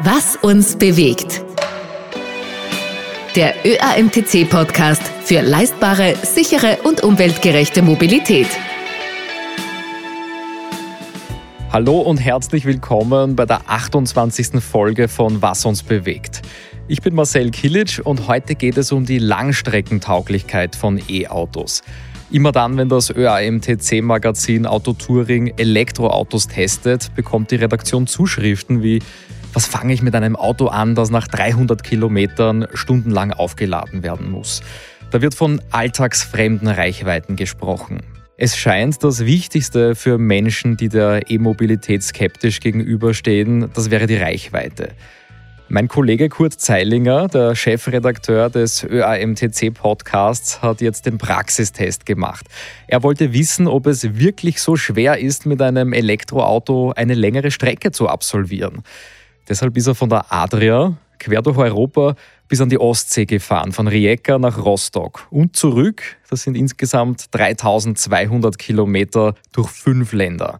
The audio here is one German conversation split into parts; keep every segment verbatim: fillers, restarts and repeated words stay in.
Was uns bewegt. Der Ö A M T C-Podcast für leistbare, sichere und umweltgerechte Mobilität. Hallo und herzlich willkommen bei der achtundzwanzigsten Folge von Was uns bewegt. Ich bin Marcel Kilic und heute geht es um die Langstreckentauglichkeit von E-Autos. Immer dann, wenn das Ö A M T C-Magazin Autotouring Elektroautos testet, bekommt die Redaktion Zuschriften wie: Was fange ich mit einem Auto an, das nach dreihundert Kilometern stundenlang aufgeladen werden muss? Da wird von alltagsfremden Reichweiten gesprochen. Es scheint, das Wichtigste für Menschen, die der E-Mobilität skeptisch gegenüberstehen, das wäre die Reichweite. Mein Kollege Kurt Zeilinger, der Chefredakteur des Ö A M T C-Podcasts, hat jetzt den Praxistest gemacht. Er wollte wissen, ob es wirklich so schwer ist, mit einem Elektroauto eine längere Strecke zu absolvieren. Deshalb ist er von der Adria quer durch Europa bis an die Ostsee gefahren, von Rijeka nach Rostock und zurück. Das sind insgesamt dreitausendzweihundert Kilometer durch fünf Länder.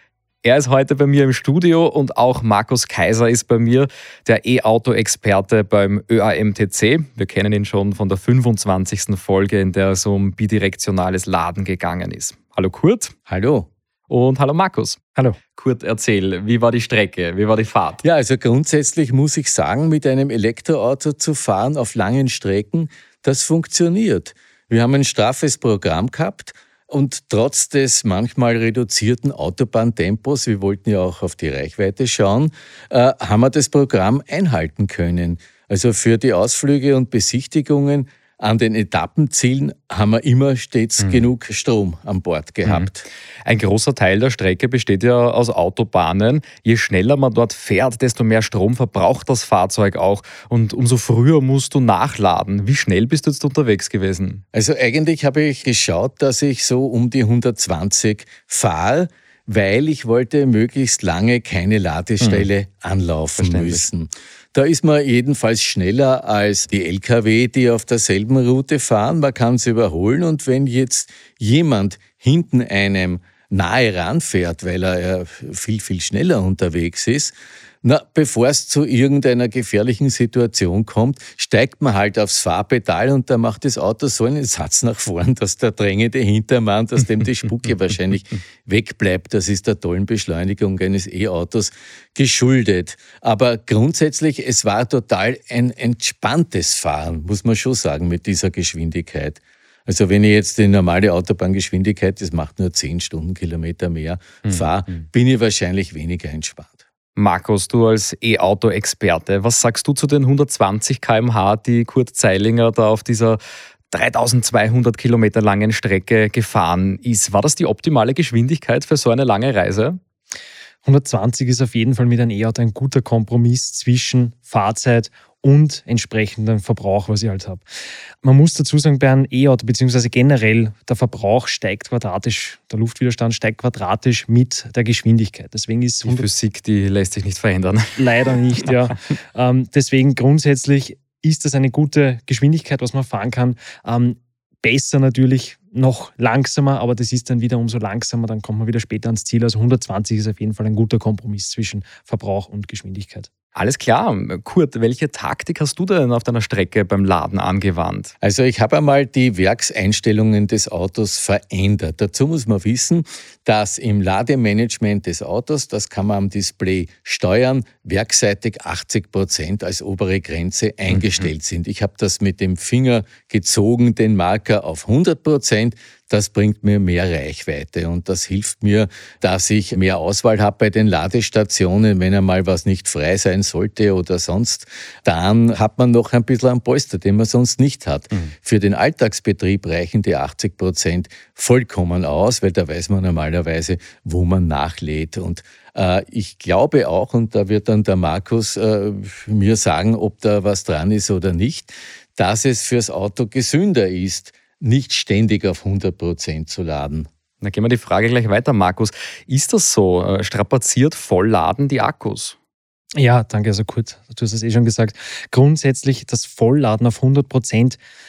Er ist heute bei mir im Studio und auch Markus Kaiser ist bei mir, der E-Auto-Experte beim Ö A M T C. Wir kennen ihn schon von der fünfundzwanzigsten Folge, in der es um bidirektionales Laden gegangen ist. Hallo Kurt. Hallo. Und hallo Markus. Hallo. Kurt, erzähl, wie war die Strecke, wie war die Fahrt? Ja, also grundsätzlich muss ich sagen, mit einem Elektroauto zu fahren auf langen Strecken, das funktioniert. Wir haben ein straffes Programm gehabt und trotz des manchmal reduzierten Autobahntempos, wir wollten ja auch auf die Reichweite schauen, äh, haben wir das Programm einhalten können. Also für die Ausflüge und Besichtigungen an den Etappenzielen haben wir immer stets mhm. genug Strom an Bord gehabt. Mhm. Ein großer Teil der Strecke besteht ja aus Autobahnen. Je schneller man dort fährt, desto mehr Strom verbraucht das Fahrzeug auch. Und umso früher musst du nachladen. Wie schnell bist du jetzt unterwegs gewesen? Also eigentlich habe ich geschaut, dass ich so um die hundertzwanzig fahre, weil ich wollte möglichst lange keine Ladestelle mhm. anlaufen müssen. Da ist man jedenfalls schneller als die L K W, die auf derselben Route fahren. Man kann sie überholen und wenn jetzt jemand hinten einem nahe ranfährt, weil er viel, viel schneller unterwegs ist, na, bevor es zu irgendeiner gefährlichen Situation kommt, steigt man halt aufs Fahrpedal und da macht das Auto so einen Satz nach vorn, dass der drängende Hintermann, dass dem die Spucke wahrscheinlich wegbleibt. Das ist der tollen Beschleunigung eines E-Autos geschuldet. Aber grundsätzlich, es war total ein entspanntes Fahren, muss man schon sagen, mit dieser Geschwindigkeit. Also wenn ich jetzt die normale Autobahngeschwindigkeit, das macht nur zehn Stundenkilometer mehr, mhm. fahre, bin ich wahrscheinlich weniger entspannt. Markus, du als E-Auto-Experte, was sagst du zu den hundertzwanzig Kilometer pro Stunde, die Kurt Zeilinger da auf dieser dreitausendzweihundert Kilometer langen Strecke gefahren ist? War das die optimale Geschwindigkeit für so eine lange Reise? hundertzwanzig ist auf jeden Fall mit einem E-Auto ein guter Kompromiss zwischen Fahrzeit und entsprechendem Verbrauch, was ich halt habe. Man muss dazu sagen, bei einem E-Auto beziehungsweise generell der Verbrauch steigt quadratisch, der Luftwiderstand steigt quadratisch mit der Geschwindigkeit. Deswegen ist die Physik, die lässt sich nicht verändern. Leider nicht, ja. ähm, deswegen grundsätzlich ist das eine gute Geschwindigkeit, was man fahren kann. Ähm, besser natürlich noch langsamer, aber das ist dann wieder umso langsamer, dann kommt man wieder später ans Ziel. Also hundertzwanzig ist auf jeden Fall ein guter Kompromiss zwischen Verbrauch und Geschwindigkeit. Alles klar. Kurt, welche Taktik hast du denn auf deiner Strecke beim Laden angewandt? Also ich habe einmal die Werkseinstellungen des Autos verändert. Dazu muss man wissen, dass im Lademanagement des Autos, das kann man am Display steuern, werkseitig achtzig Prozent als obere Grenze eingestellt mhm. sind. Ich habe das mit dem Finger gezogen, den Marker auf hundert Prozent. Das bringt mir mehr Reichweite und das hilft mir, dass ich mehr Auswahl habe bei den Ladestationen, wenn einmal was nicht frei sein sollte oder sonst. Dann hat man noch ein bisschen einen Polster, den man sonst nicht hat. Mhm. Für den Alltagsbetrieb reichen die achtzig Prozent vollkommen aus, weil da weiß man normalerweise, wo man nachlädt. Und äh, ich glaube auch, und da wird dann der Markus äh, mir sagen, ob da was dran ist oder nicht, dass es fürs Auto gesünder ist, nicht ständig auf hundert Prozent zu laden. Dann gehen wir die Frage gleich weiter, Markus. Ist das so? Strapaziert Vollladen die Akkus? Ja, danke, also Kurt, du hast es eh schon gesagt. Grundsätzlich das Vollladen auf hundert Prozent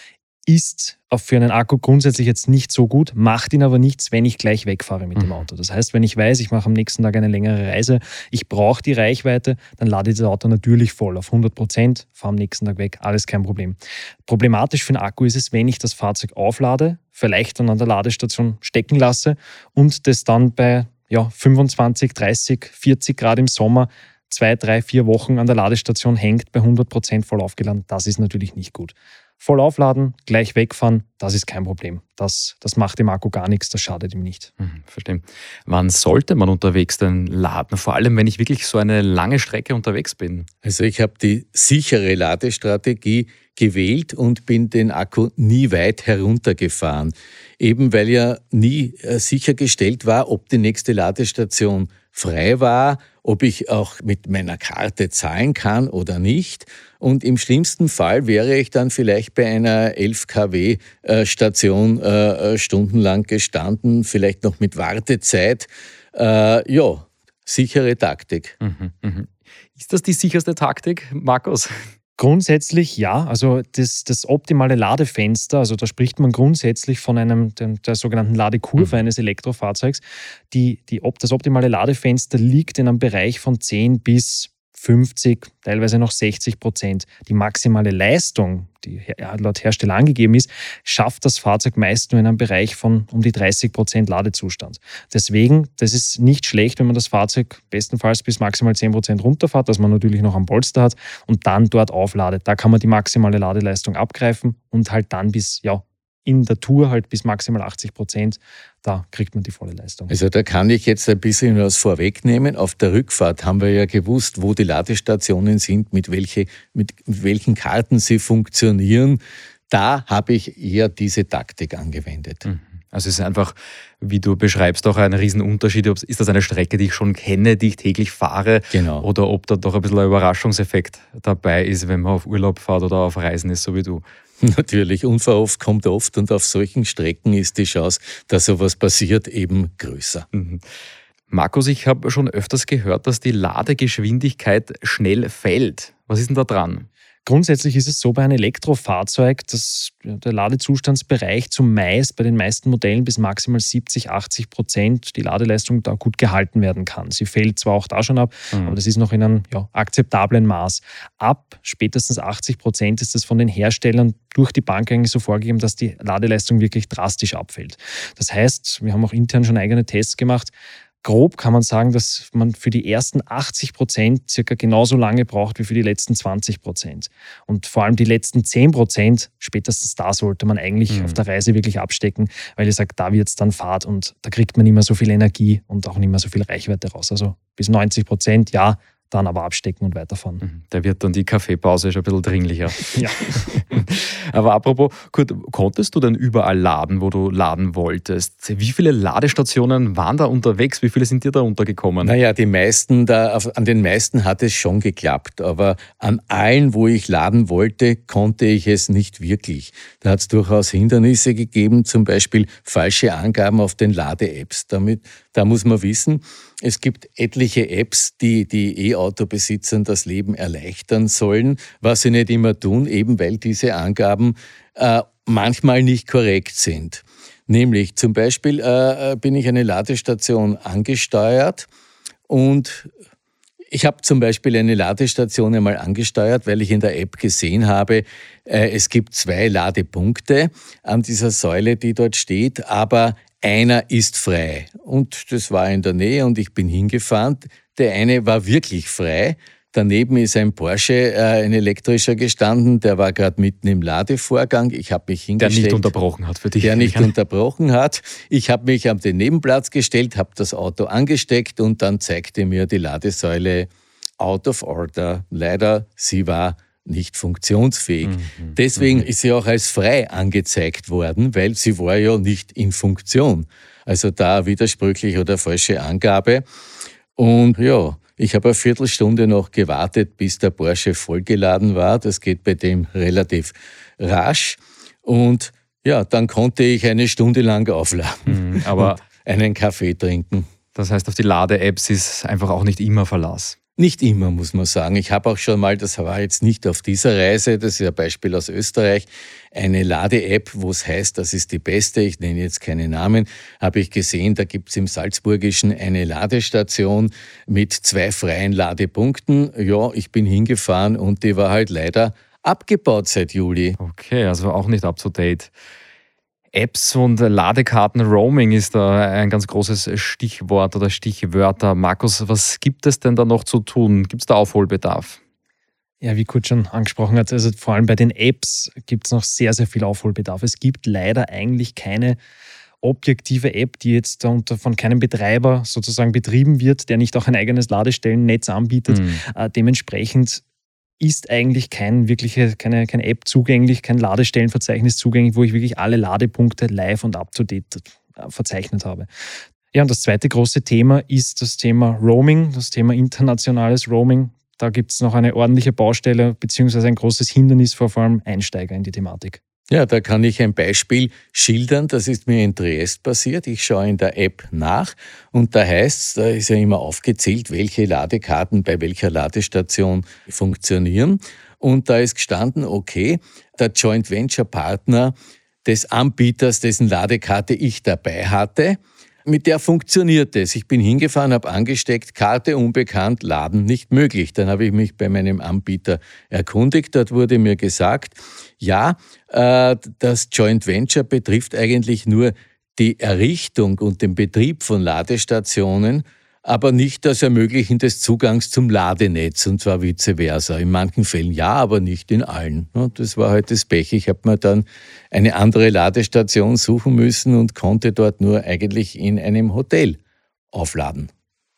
ist für einen Akku grundsätzlich jetzt nicht so gut, macht ihn aber nichts, wenn ich gleich wegfahre mit dem Auto. Das heißt, wenn ich weiß, ich mache am nächsten Tag eine längere Reise, ich brauche die Reichweite, dann lade ich das Auto natürlich voll auf hundert Prozent, fahre am nächsten Tag weg, alles kein Problem. Problematisch für den Akku ist es, wenn ich das Fahrzeug auflade, vielleicht dann an der Ladestation stecken lasse und das dann bei ja, fünfundzwanzig, dreißig, vierzig Grad im Sommer zwei, drei, vier Wochen an der Ladestation hängt, bei hundert Prozent voll aufgeladen. Das ist natürlich nicht gut. Voll aufladen, gleich wegfahren, das ist kein Problem. Das, das macht dem Akku gar nichts, das schadet ihm nicht. Mhm, verstehe. Wann sollte man unterwegs denn laden? Vor allem, wenn ich wirklich so eine lange Strecke unterwegs bin. Also ich habe die sichere Ladestrategie gewählt und bin den Akku nie weit heruntergefahren. Eben weil ja nie äh, sichergestellt war, ob die nächste Ladestation frei war, ob ich auch mit meiner Karte zahlen kann oder nicht. Und im schlimmsten Fall wäre ich dann vielleicht bei einer elf Kilowatt Station äh, stundenlang gestanden, vielleicht noch mit Wartezeit. Äh, ja, sichere Taktik. Mhm, mhm. Ist das die sicherste Taktik, Markus? Grundsätzlich ja, also das, das optimale Ladefenster, also da spricht man grundsätzlich von einem der, der sogenannten Ladekurve mhm. eines Elektrofahrzeugs. Die, die, das optimale Ladefenster liegt in einem Bereich von zehn bis fünfzig, teilweise noch sechzig Prozent. Die maximale Leistung, die laut Hersteller angegeben ist, schafft das Fahrzeug meist nur in einem Bereich von um die dreißig Prozent Ladezustand. Deswegen, das ist nicht schlecht, wenn man das Fahrzeug bestenfalls bis maximal zehn Prozent runterfährt, dass man natürlich noch am Polster hat und dann dort aufladet. Da kann man die maximale Ladeleistung abgreifen und halt dann bis, ja, in der Tour halt bis maximal achtzig Prozent, da kriegt man die volle Leistung. Also da kann ich jetzt ein bisschen was vorwegnehmen. Auf der Rückfahrt haben wir ja gewusst, wo die Ladestationen sind, mit, welche, mit, mit welchen Karten sie funktionieren. Da habe ich eher diese Taktik angewendet. Mhm. Also es ist einfach, wie du beschreibst, auch ein Riesenunterschied. Ist das eine Strecke, die ich schon kenne, die ich täglich fahre? Genau. Oder ob da doch ein bisschen ein Überraschungseffekt dabei ist, wenn man auf Urlaub fährt oder auf Reisen ist, so wie du. Natürlich, unverhofft kommt oft und auf solchen Strecken ist die Chance, dass sowas passiert, eben größer. Mhm. Markus, ich habe schon öfters gehört, dass die Ladegeschwindigkeit schnell fällt. Was ist denn da dran? Grundsätzlich ist es so bei einem Elektrofahrzeug, dass der Ladezustandsbereich zumeist bei den meisten Modellen bis maximal siebzig, achtzig Prozent die Ladeleistung da gut gehalten werden kann. Sie fällt zwar auch da schon ab, mhm. aber das ist noch in einem ja, akzeptablen Maß. Ab spätestens achtzig Prozent ist das von den Herstellern durch die Bank eigentlich so vorgegeben, dass die Ladeleistung wirklich drastisch abfällt. Das heißt, wir haben auch intern schon eigene Tests gemacht. Grob kann man sagen, dass man für die ersten achtzig Prozent circa genauso lange braucht wie für die letzten zwanzig Prozent. Und vor allem die letzten zehn Prozent, spätestens da sollte man eigentlich mhm. auf der Reise wirklich abstecken, weil ich sage, da wird es dann Fahrt und da kriegt man nicht mehr so viel Energie und auch nicht mehr so viel Reichweite raus. Also bis neunzig Prozent, ja, dann aber abstecken und weiterfahren. Da wird dann die Kaffeepause schon ein bisschen dringlicher. Ja. Aber apropos, Kurt, konntest du denn überall laden, wo du laden wolltest? Wie viele Ladestationen waren da unterwegs? Wie viele sind dir da untergekommen? Naja, die meisten, da, an den meisten hat es schon geklappt, aber an allen, wo ich laden wollte, konnte ich es nicht wirklich. Da hat es durchaus Hindernisse gegeben, zum Beispiel falsche Angaben auf den Lade-Apps. Damit, da muss man wissen, es gibt etliche Apps, die die E-Auto-Besitzern das Leben erleichtern sollen, was sie nicht immer tun, eben weil diese Angaben äh, manchmal nicht korrekt sind. Nämlich zum Beispiel äh, bin ich eine Ladestation angesteuert und ich habe zum Beispiel eine Ladestation einmal angesteuert, weil ich in der App gesehen habe, äh, es gibt zwei Ladepunkte an dieser Säule, die dort steht, aber einer ist frei. Und das war in der Nähe und ich bin hingefahren. Der eine war wirklich frei. Daneben ist ein Porsche, äh, ein elektrischer gestanden, der war gerade mitten im Ladevorgang. Ich habe mich hingestellt. Der nicht unterbrochen hat für dich. Der nicht unterbrochen hat. Ich habe mich auf den Nebenplatz gestellt, habe das Auto angesteckt und dann zeigte mir die Ladesäule out of order. Leider, sie war nicht funktionsfähig. Mhm. Deswegen mhm. ist sie auch als frei angezeigt worden, weil sie war ja nicht in Funktion. Also da widersprüchlich oder falsche Angabe. Und ja, ich habe eine Viertelstunde noch gewartet, bis der Porsche vollgeladen war. Das geht bei dem relativ rasch. Und ja, dann konnte ich eine Stunde lang aufladen mhm, aber und einen Kaffee trinken. Das heißt, auf die Lade-Apps ist einfach auch nicht immer Verlass. Nicht immer, muss man sagen. Ich habe auch schon mal, das war jetzt nicht auf dieser Reise, das ist ein Beispiel aus Österreich, eine Lade-App, wo es heißt, das ist die beste, ich nenne jetzt keine Namen, habe ich gesehen, da gibt es im Salzburgischen eine Ladestation mit zwei freien Ladepunkten. Ja, ich bin hingefahren und die war halt leider abgebaut seit Juli. Okay, also auch nicht up to date. Apps und Ladekarten Roaming ist da ein ganz großes Stichwort oder Stichwörter. Markus, was gibt es denn da noch zu tun? Gibt es da Aufholbedarf? Ja, wie Kurt schon angesprochen hat, also vor allem bei den Apps gibt es noch sehr, sehr viel Aufholbedarf. Es gibt leider eigentlich keine objektive App, die jetzt unter, von keinem Betreiber sozusagen betrieben wird, der nicht auch ein eigenes Ladestellennetz anbietet. Mhm. Äh, dementsprechend ist eigentlich kein wirkliche, keine, keine App zugänglich, kein Ladestellenverzeichnis zugänglich, wo ich wirklich alle Ladepunkte live und up-to-date verzeichnet habe. Ja, und das zweite große Thema ist das Thema Roaming, das Thema internationales Roaming. Da gibt es noch eine ordentliche Baustelle beziehungsweise ein großes Hindernis für vor allem Einsteiger in die Thematik. Ja, da kann ich ein Beispiel schildern. Das ist mir in Triest passiert. Ich schaue in der App nach und da heißt es, da ist ja immer aufgezählt, welche Ladekarten bei welcher Ladestation funktionieren. Und da ist gestanden, okay, der Joint Venture Partner des Anbieters, dessen Ladekarte ich dabei hatte, mit der funktioniert es. Ich bin hingefahren, habe angesteckt, Karte unbekannt, Laden nicht möglich. Dann habe ich mich bei meinem Anbieter erkundigt. Dort wurde mir gesagt, ja, das Joint Venture betrifft eigentlich nur die Errichtung und den Betrieb von Ladestationen, aber nicht das Ermöglichen des Zugangs zum Ladenetz, und zwar vice versa. In manchen Fällen ja, aber nicht in allen. Das war halt das Pech. Ich habe mir dann eine andere Ladestation suchen müssen und konnte dort nur eigentlich in einem Hotel aufladen.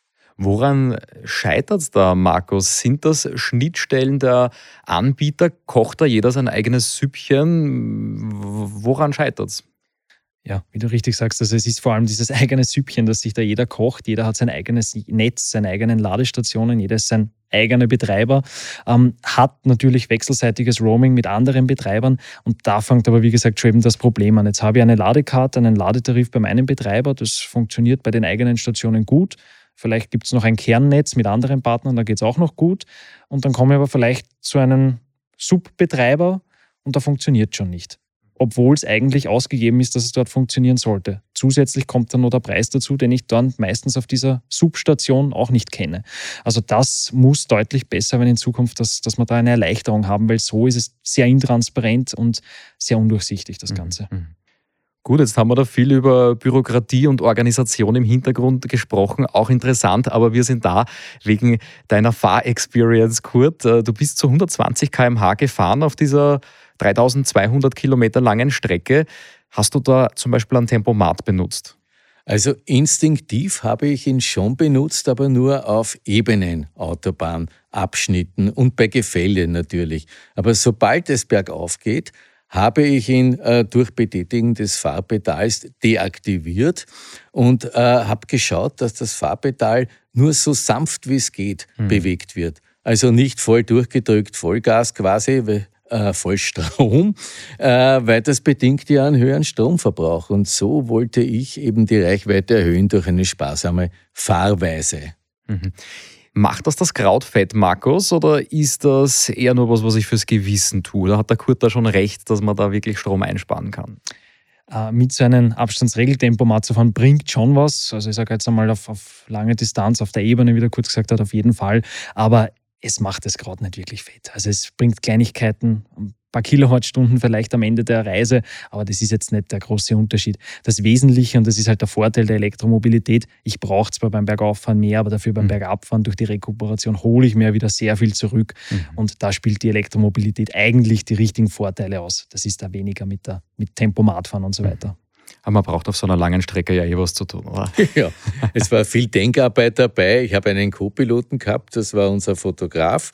Woran scheitert es da, Markus? Sind das Schnittstellen der Anbieter? Kocht da jeder sein eigenes Süppchen? Woran scheitert es? Ja, wie du richtig sagst, also es ist vor allem dieses eigene Süppchen, dass sich da jeder kocht. Jeder hat sein eigenes Netz, seine eigenen Ladestationen, jeder ist sein eigener Betreiber, ähm, hat natürlich wechselseitiges Roaming mit anderen Betreibern und da fängt aber, wie gesagt, schon eben das Problem an. Jetzt habe ich eine Ladekarte, einen Ladetarif bei meinem Betreiber, das funktioniert bei den eigenen Stationen gut. Vielleicht gibt es noch ein Kernnetz mit anderen Partnern, da geht es auch noch gut. Und dann komme ich aber vielleicht zu einem Subbetreiber und da funktioniert schon nicht. Obwohl es eigentlich ausgegeben ist, dass es dort funktionieren sollte. Zusätzlich kommt dann noch der Preis dazu, den ich dann meistens auf dieser Substation auch nicht kenne. Also das muss deutlich besser werden in Zukunft, dass, dass wir da eine Erleichterung haben, weil so ist es sehr intransparent und sehr undurchsichtig, das Ganze. Mhm. Gut, jetzt haben wir da viel über Bürokratie und Organisation im Hintergrund gesprochen, auch interessant, aber wir sind da wegen deiner Fahrexperience, Kurt. Du bist zu hundertzwanzig Kilometer pro Stunde gefahren auf dieser dreitausendzweihundert Kilometer langen Strecke. Hast du da zum Beispiel ein Tempomat benutzt? Also instinktiv habe ich ihn schon benutzt, aber nur auf ebenen Autobahnabschnitten und bei Gefälle natürlich. Aber sobald es bergauf geht, habe ich ihn äh, durch Betätigen des Fahrpedals deaktiviert und äh, habe geschaut, dass das Fahrpedal nur so sanft wie es geht hm. bewegt wird. Also nicht voll durchgedrückt, Vollgas quasi, weil Äh, Vollstrom, äh, weil das bedingt ja einen höheren Stromverbrauch. Und so wollte ich eben die Reichweite erhöhen durch eine sparsame Fahrweise. Mhm. Macht das das Krautfett, Markus, oder ist das eher nur was, was ich fürs Gewissen tue? Da hat der Kurt da schon recht, dass man da wirklich Strom einsparen kann? Äh, mit so einem Abstandsregeltempomat zu fahren, bringt schon was. Also ich sage jetzt einmal auf, auf lange Distanz, auf der Ebene, wie der Kurt gesagt hat, auf jeden Fall. Aber es macht das Kraut nicht wirklich fett. Also es bringt Kleinigkeiten, ein paar Kilowattstunden vielleicht am Ende der Reise, aber das ist jetzt nicht der große Unterschied. Das Wesentliche, und das ist halt der Vorteil der Elektromobilität, ich brauche zwar beim Bergauffahren mehr, aber dafür beim mhm. Bergabfahren durch die Rekuperation hole ich mir wieder sehr viel zurück. Mhm. Und da spielt die Elektromobilität eigentlich die richtigen Vorteile aus. Das ist da weniger mit, der, mit Tempomatfahren und so weiter. Aber man braucht auf so einer langen Strecke ja eh was zu tun, oder? Ja, es war viel Denkarbeit dabei. Ich habe einen Co-Piloten gehabt, das war unser Fotograf.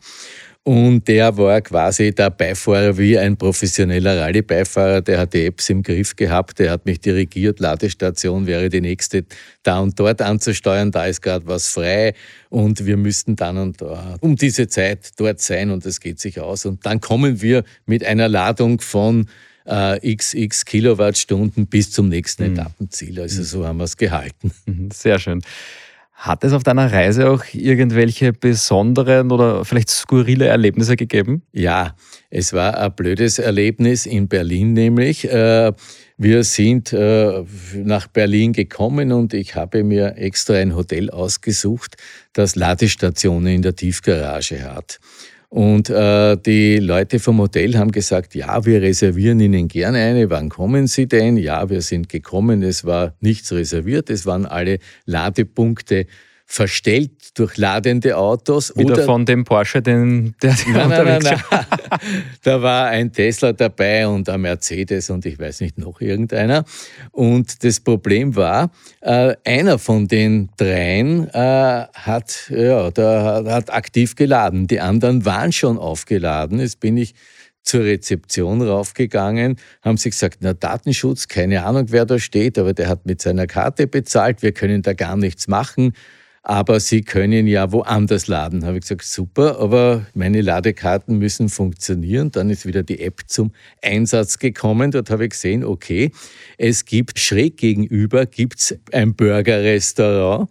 Und der war quasi der Beifahrer wie ein professioneller Rallye-Beifahrer. Der hat die Apps im Griff gehabt, der hat mich dirigiert. Ladestation wäre die nächste da und dort anzusteuern. Da ist gerade was frei und wir müssten dann und uh, um diese Zeit dort sein und das geht sich aus. Und dann kommen wir mit einer Ladung von Uh, xx Kilowattstunden bis zum nächsten mhm. Etappenziel. Also so haben wir es gehalten. Sehr schön. Hat es auf deiner Reise auch irgendwelche besonderen oder vielleicht skurrile Erlebnisse gegeben? Ja, es war ein blödes Erlebnis in Berlin nämlich. Wir sind nach Berlin gekommen und ich habe mir extra ein Hotel ausgesucht, das Ladestationen in der Tiefgarage hat. Und äh, die Leute vom Hotel haben gesagt, ja, wir reservieren Ihnen gerne eine. Wann kommen Sie denn? Ja, wir sind gekommen. Es war nichts reserviert. Es waren alle Ladepunkte verstellt durch ladende Autos. Wieder oder von dem Porsche, den, der nein, unterwegs nein, nein, nein. Da war ein Tesla dabei und ein Mercedes und ich weiß nicht, noch irgendeiner. Und das Problem war, äh, einer von den dreien äh, hat, ja, der hat aktiv geladen. Die anderen waren schon aufgeladen. Jetzt bin ich zur Rezeption raufgegangen, haben sie gesagt, na Datenschutz, keine Ahnung, wer da steht, aber der hat mit seiner Karte bezahlt, wir können da gar nichts machen. Aber Sie können ja woanders laden. Da habe ich gesagt, super, aber meine Ladekarten müssen funktionieren. Dann ist wieder die App zum Einsatz gekommen. Dort habe ich gesehen, okay, es gibt schräg gegenüber gibt's ein Burgerrestaurant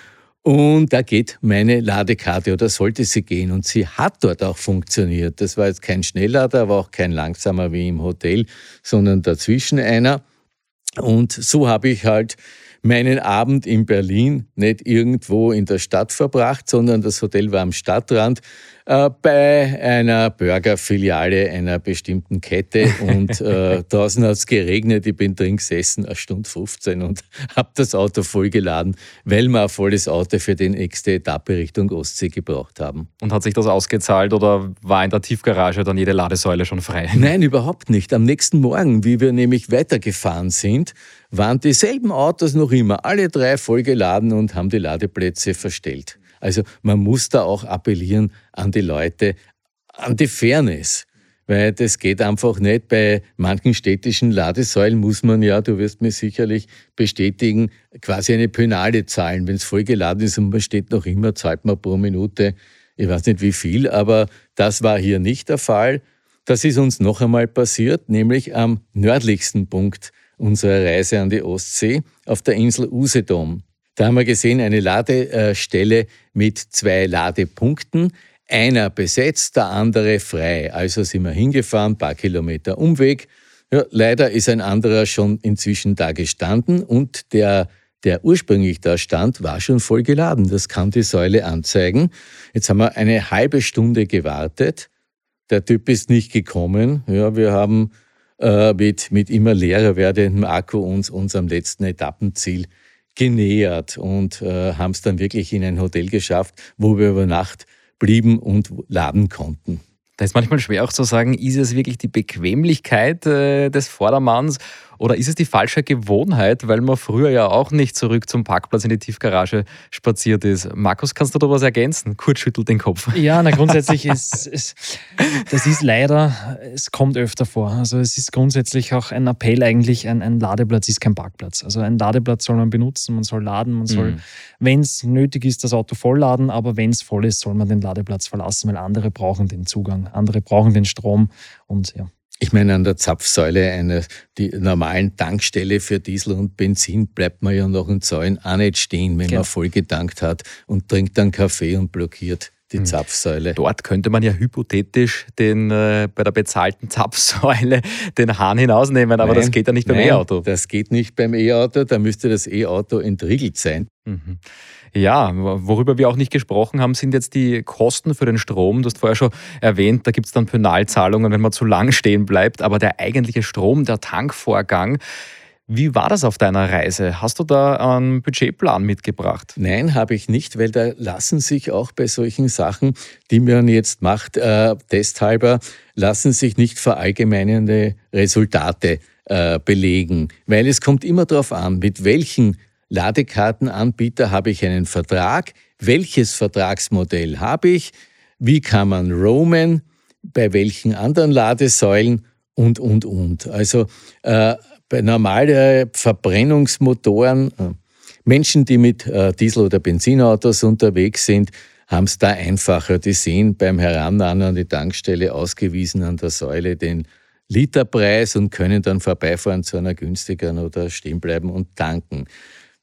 und da geht meine Ladekarte oder sollte sie gehen. Und sie hat dort auch funktioniert. Das war jetzt kein Schnelllader, aber auch kein langsamer wie im Hotel, sondern dazwischen einer. Und so habe ich halt meinen Abend in Berlin nicht irgendwo in der Stadt verbracht, sondern das Hotel war am Stadtrand äh, bei einer Burgerfiliale einer bestimmten Kette und äh, draußen hat es geregnet, ich bin drin gesessen, eine Stunde fünfzehn und habe das Auto vollgeladen, weil wir ein volles Auto für die nächste Etappe Richtung Ostsee gebraucht haben. Und hat sich das ausgezahlt oder war in der Tiefgarage dann jede Ladesäule schon frei? Nein, überhaupt nicht. Am nächsten Morgen, wie wir nämlich weitergefahren sind, waren dieselben Autos noch immer, alle drei vollgeladen und haben die Ladeplätze verstellt. Also man muss da auch appellieren an die Leute, an die Fairness, weil das geht einfach nicht. Bei manchen städtischen Ladesäulen muss man ja, du wirst mir sicherlich bestätigen, quasi eine Penale zahlen. Wenn es vollgeladen ist und man steht noch immer, zahlt man pro Minute, ich weiß nicht wie viel, aber das war hier nicht der Fall. Das ist uns noch einmal passiert, nämlich am nördlichsten Punkt unserer Reise an die Ostsee auf der Insel Usedom. Da haben wir gesehen, eine Ladestelle mit zwei Ladepunkten, einer besetzt, der andere frei. Also sind wir hingefahren, ein paar Kilometer Umweg. Ja, leider ist ein anderer schon inzwischen da gestanden und der, der ursprünglich da stand, war schon voll geladen. Das kann die Säule anzeigen. Jetzt haben wir eine halbe Stunde gewartet. Der Typ ist nicht gekommen. Ja, wir haben äh, mit, mit immer leerer werdendem Akku uns unserem letzten Etappenziel genähert und äh, haben es dann wirklich in ein Hotel geschafft, wo wir über Nacht blieben und laden konnten. Da ist manchmal schwer auch zu sagen, ist es wirklich die Bequemlichkeit äh, des Vordermanns oder ist es die falsche Gewohnheit, weil man früher ja auch nicht zurück zum Parkplatz in die Tiefgarage spaziert ist. Markus, kannst du da was ergänzen? Kurt schüttelt den Kopf. Ja, na, grundsätzlich ist es, das ist leider, es kommt öfter vor. Also es ist grundsätzlich auch ein Appell eigentlich, ein, ein Ladeplatz ist kein Parkplatz. Also ein Ladeplatz soll man benutzen, man soll laden, man soll, mhm. wenn es nötig ist, das Auto vollladen, aber wenn es voll ist, soll man den Ladeplatz verlassen, weil andere brauchen den Zugang, andere brauchen den Strom und ja. Ich meine, an der Zapfsäule, einer die normalen Tankstelle für Diesel und Benzin, bleibt man ja nach dem Zahlen auch nicht stehen, wenn genau. man voll getankt hat und trinkt dann Kaffee und blockiert die hm. Zapfsäule. Dort könnte man ja hypothetisch den, äh, bei der bezahlten Zapfsäule den Hahn hinausnehmen, aber nein, das geht ja nicht beim nein, E-Auto. Das geht nicht beim E-Auto, da müsste das E-Auto entriegelt sein. Mhm. Ja, worüber wir auch nicht gesprochen haben, sind jetzt die Kosten für den Strom. Du hast vorher schon erwähnt, da gibt es dann Penalzahlungen, wenn man zu lang stehen bleibt. Aber der eigentliche Strom, der Tankvorgang, wie war das auf deiner Reise? Hast du da einen Budgetplan mitgebracht? Nein, habe ich nicht, weil da lassen sich auch bei solchen Sachen, die man jetzt macht, äh, testhalber, lassen sich nicht verallgemeinernde Resultate äh, belegen. Weil es kommt immer darauf an, mit welchen Ladekartenanbieter habe ich einen Vertrag, welches Vertragsmodell habe ich, wie kann man roamen, bei welchen anderen Ladesäulen und, und, und. Also äh, bei normalen Verbrennungsmotoren, äh, Menschen, die mit äh, Diesel- oder Benzinautos unterwegs sind, haben es da einfacher. Die sehen beim Herannahen an die Tankstelle ausgewiesen an der Säule den Literpreis und können dann vorbeifahren zu einer günstigeren oder stehen bleiben und tanken.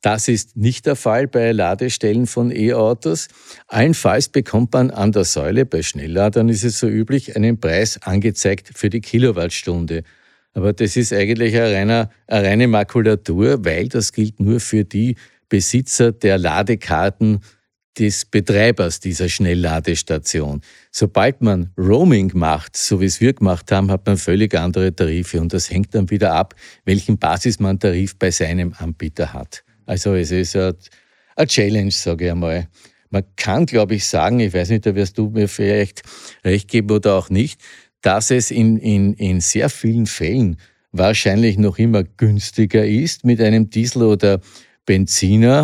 Das ist nicht der Fall bei Ladestellen von E-Autos. Allenfalls bekommt man an der Säule, bei Schnellladern ist es so üblich, einen Preis angezeigt für die Kilowattstunde. Aber das ist eigentlich eine reine, eine reine Makulatur, weil das gilt nur für die Besitzer der Ladekarten des Betreibers dieser Schnellladestation. Sobald man Roaming macht, so wie es wir gemacht haben, hat man völlig andere Tarife und das hängt dann wieder ab, welchen Basismann-Tarif bei seinem Anbieter hat. Also es ist eine Challenge, sage ich einmal. Man kann, glaube ich, sagen, ich weiß nicht, da wirst du mir vielleicht recht geben oder auch nicht, dass es in, in, in sehr vielen Fällen wahrscheinlich noch immer günstiger ist, mit einem Diesel oder Benziner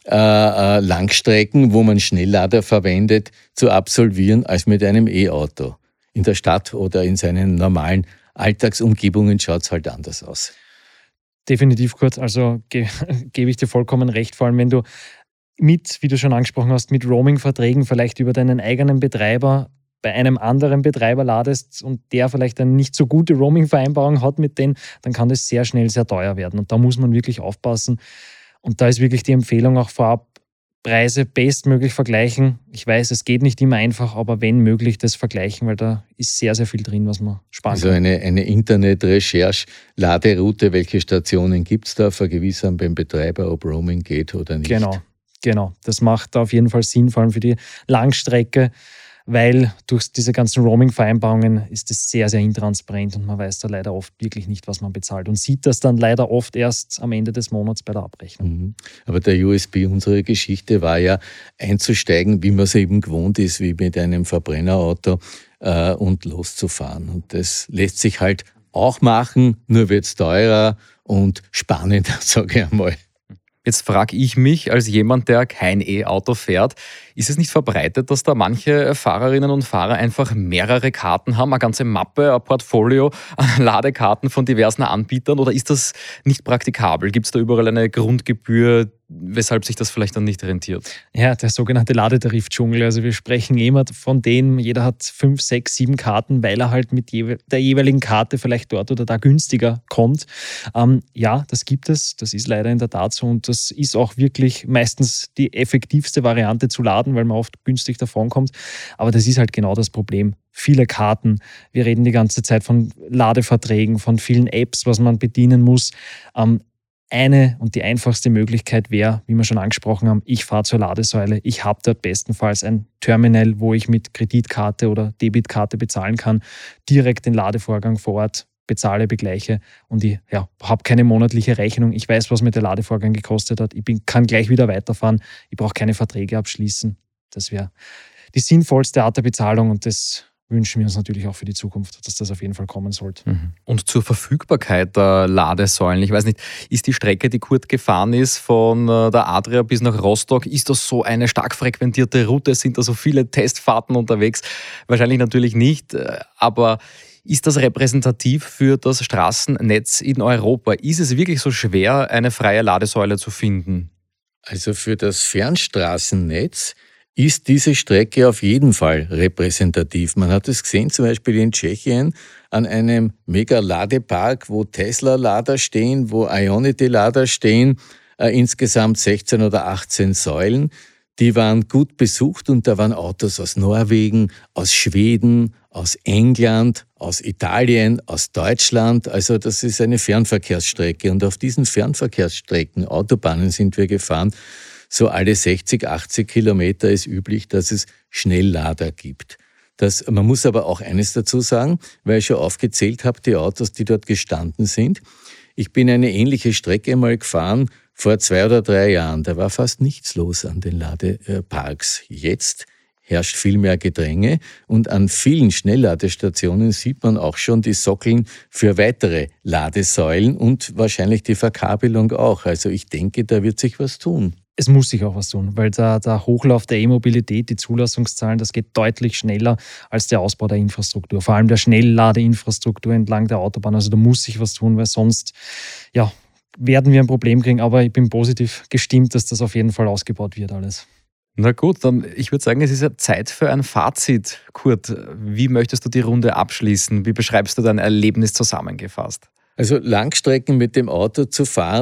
Äh, Langstrecken, wo man Schnelllader verwendet, zu absolvieren, als mit einem E-Auto. In der Stadt oder in seinen normalen Alltagsumgebungen schaut es halt anders aus. Definitiv, Kurt. Also ge- gebe ich dir vollkommen recht, vor allem wenn du mit, wie du schon angesprochen hast, mit Roaming-Verträgen vielleicht über deinen eigenen Betreiber bei einem anderen Betreiber ladest und der vielleicht eine nicht so gute Roaming-Vereinbarung hat mit denen, dann kann das sehr schnell sehr teuer werden. Und da muss man wirklich aufpassen. Und da ist wirklich die Empfehlung auch vorab, Preise bestmöglich vergleichen. Ich weiß, es geht nicht immer einfach, aber wenn möglich, das vergleichen, weil da ist sehr, sehr viel drin, was man sparen also kann. Also eine, eine Internet-Recherche, Laderoute, welche Stationen gibt es da, vergewissern beim Betreiber, ob Roaming geht oder nicht. Genau, genau. Das macht auf jeden Fall Sinn, vor allem für die Langstrecke, weil durch diese ganzen Roaming-Vereinbarungen ist es sehr, sehr intransparent und man weiß da leider oft wirklich nicht, was man bezahlt und sieht das dann leider oft erst am Ende des Monats bei der Abrechnung. Mhm. Aber der U S P unserer Geschichte war ja einzusteigen, wie man es eben gewohnt ist, wie mit einem Verbrennerauto äh, und loszufahren. Und das lässt sich halt auch machen, nur wird es teurer und spannender, sage ich einmal. Jetzt frage ich mich als jemand, der kein E-Auto fährt, ist es nicht verbreitet, dass da manche Fahrerinnen und Fahrer einfach mehrere Karten haben, eine ganze Mappe, ein Portfolio an Ladekarten von diversen Anbietern, oder ist das nicht praktikabel? Gibt es da überall eine Grundgebühr, weshalb sich das vielleicht dann nicht rentiert? Ja, der sogenannte Ladetarif-Dschungel. Also wir sprechen immer von denen, jeder hat fünf, sechs, sieben Karten, weil er halt mit der jeweiligen Karte vielleicht dort oder da günstiger kommt. Ähm, ja, das gibt es. Das ist leider in der Tat so und das ist auch wirklich meistens die effektivste Variante zu laden, weil man oft günstig davonkommt. Aber das ist halt genau das Problem. Viele Karten. Wir reden die ganze Zeit von Ladeverträgen, von vielen Apps, was man bedienen muss. Ähm, Eine und die einfachste Möglichkeit wäre, wie wir schon angesprochen haben, ich fahre zur Ladesäule. Ich habe dort bestenfalls ein Terminal, wo ich mit Kreditkarte oder Debitkarte bezahlen kann, direkt den Ladevorgang vor Ort bezahle, begleiche und ich ja, habe keine monatliche Rechnung. Ich weiß, was mir der Ladevorgang gekostet hat. Ich bin, kann gleich wieder weiterfahren. Ich brauche keine Verträge abschließen. Das wäre die sinnvollste Art der Bezahlung und das wünschen wir uns natürlich auch für die Zukunft, dass das auf jeden Fall kommen sollte. Und zur Verfügbarkeit der Ladesäulen, ich weiß nicht, ist die Strecke, die Kurt gefahren ist, von der Adria bis nach Rostock, ist das so eine stark frequentierte Route? Sind da so viele Testfahrten unterwegs? Wahrscheinlich natürlich nicht, aber ist das repräsentativ für das Straßennetz in Europa? Ist es wirklich so schwer, eine freie Ladesäule zu finden? Also für das Fernstraßennetz ist diese Strecke auf jeden Fall repräsentativ. Man hat es gesehen, zum Beispiel in Tschechien, an einem Mega-Ladepark, wo Tesla-Lader stehen, wo Ionity-Lader stehen, äh, insgesamt sechzehn oder achtzehn Säulen. Die waren gut besucht und da waren Autos aus Norwegen, aus Schweden, aus England, aus Italien, aus Deutschland. Also das ist eine Fernverkehrsstrecke und auf diesen Fernverkehrsstrecken, Autobahnen sind wir gefahren, so alle sechzig, achtzig Kilometer ist üblich, dass es Schnelllader gibt. Das, man muss aber auch eines dazu sagen, weil ich schon aufgezählt habe, die Autos, die dort gestanden sind. Ich bin eine ähnliche Strecke mal gefahren vor zwei oder drei Jahren. Da war fast nichts los an den Ladeparks. Jetzt herrscht viel mehr Gedränge und an vielen Schnellladestationen sieht man auch schon die Sockeln für weitere Ladesäulen und wahrscheinlich die Verkabelung auch. Also ich denke, da wird sich was tun. Es muss sich auch was tun, weil der, der Hochlauf der E-Mobilität, die Zulassungszahlen, das geht deutlich schneller als der Ausbau der Infrastruktur. Vor allem der Schnellladeinfrastruktur entlang der Autobahn. Also da muss sich was tun, weil sonst ja, werden wir ein Problem kriegen. Aber ich bin positiv gestimmt, dass das auf jeden Fall ausgebaut wird alles. Na gut, dann ich würde sagen, es ist ja Zeit für ein Fazit. Kurt, wie möchtest du die Runde abschließen? Wie beschreibst du dein Erlebnis zusammengefasst? Also Langstrecken mit dem Auto zu fahren,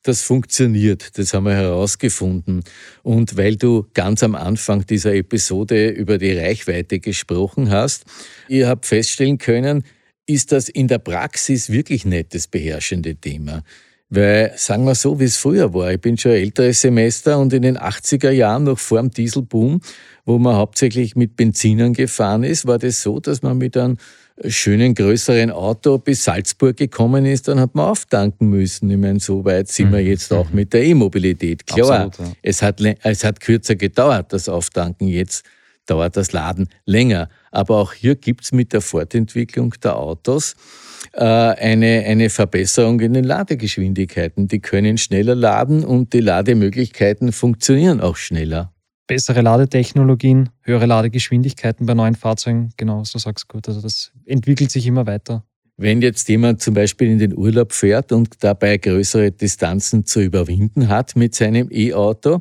das funktioniert. Das haben wir herausgefunden. Und weil du ganz am Anfang dieser Episode über die Reichweite gesprochen hast, ich habe feststellen können, ist das in der Praxis wirklich nicht das beherrschende Thema. Weil, sagen wir so, wie es früher war, ich bin schon ein älteres Semester und in den achtziger Jahren, noch vor dem Dieselboom, wo man hauptsächlich mit Benzinern gefahren ist, war das so, dass man mit einem schönen, größeren Auto bis Salzburg gekommen ist, dann hat man auftanken müssen. Ich meine, so weit sind wir jetzt auch mit der E-Mobilität. Klar, Absolut, ja. es, hat, es hat kürzer gedauert, das Auftanken. Jetzt dauert das Laden länger. Aber auch hier gibt es mit der Fortentwicklung der Autos äh, eine, eine Verbesserung in den Ladegeschwindigkeiten. Die können schneller laden und die Lademöglichkeiten funktionieren auch schneller. Bessere Ladetechnologien, höhere Ladegeschwindigkeiten bei neuen Fahrzeugen, genau, so sagst du gut. Also das entwickelt sich immer weiter. Wenn jetzt jemand zum Beispiel in den Urlaub fährt und dabei größere Distanzen zu überwinden hat mit seinem E-Auto,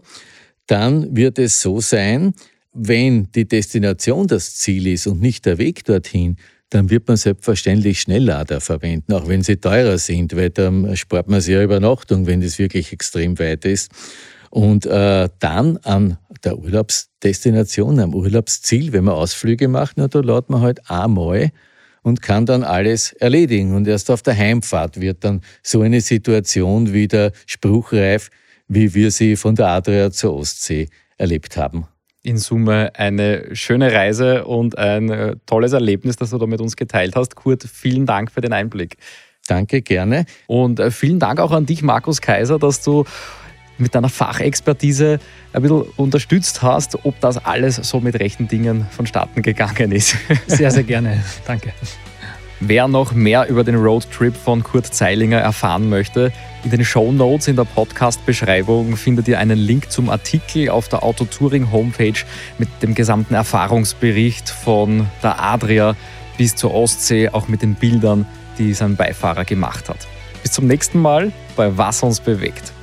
dann wird es so sein, wenn die Destination das Ziel ist und nicht der Weg dorthin, dann wird man selbstverständlich Schnelllader verwenden, auch wenn sie teurer sind, weil dann spart man sich ja Übernachtung, wenn das wirklich extrem weit ist. Und äh, dann an der Urlaubsdestination, am Urlaubsziel, wenn man Ausflüge macht, na, da lädt man halt einmal und kann dann alles erledigen. Und erst auf der Heimfahrt wird dann so eine Situation wieder spruchreif, wie wir sie von der Adria zur Ostsee erlebt haben. In Summe eine schöne Reise und ein tolles Erlebnis, das du da mit uns geteilt hast. Kurt, vielen Dank für den Einblick. Danke, gerne. Und vielen Dank auch an dich, Markus Kaiser, dass du mit deiner Fachexpertise ein bisschen unterstützt hast, ob das alles so mit rechten Dingen vonstatten gegangen ist. Sehr, sehr gerne. Danke. Wer noch mehr über den Roadtrip von Kurt Zeilinger erfahren möchte, in den Shownotes in der Podcast-Beschreibung findet ihr einen Link zum Artikel auf der Autotouring-Homepage mit dem gesamten Erfahrungsbericht von der Adria bis zur Ostsee, auch mit den Bildern, die sein Beifahrer gemacht hat. Bis zum nächsten Mal bei Was uns bewegt.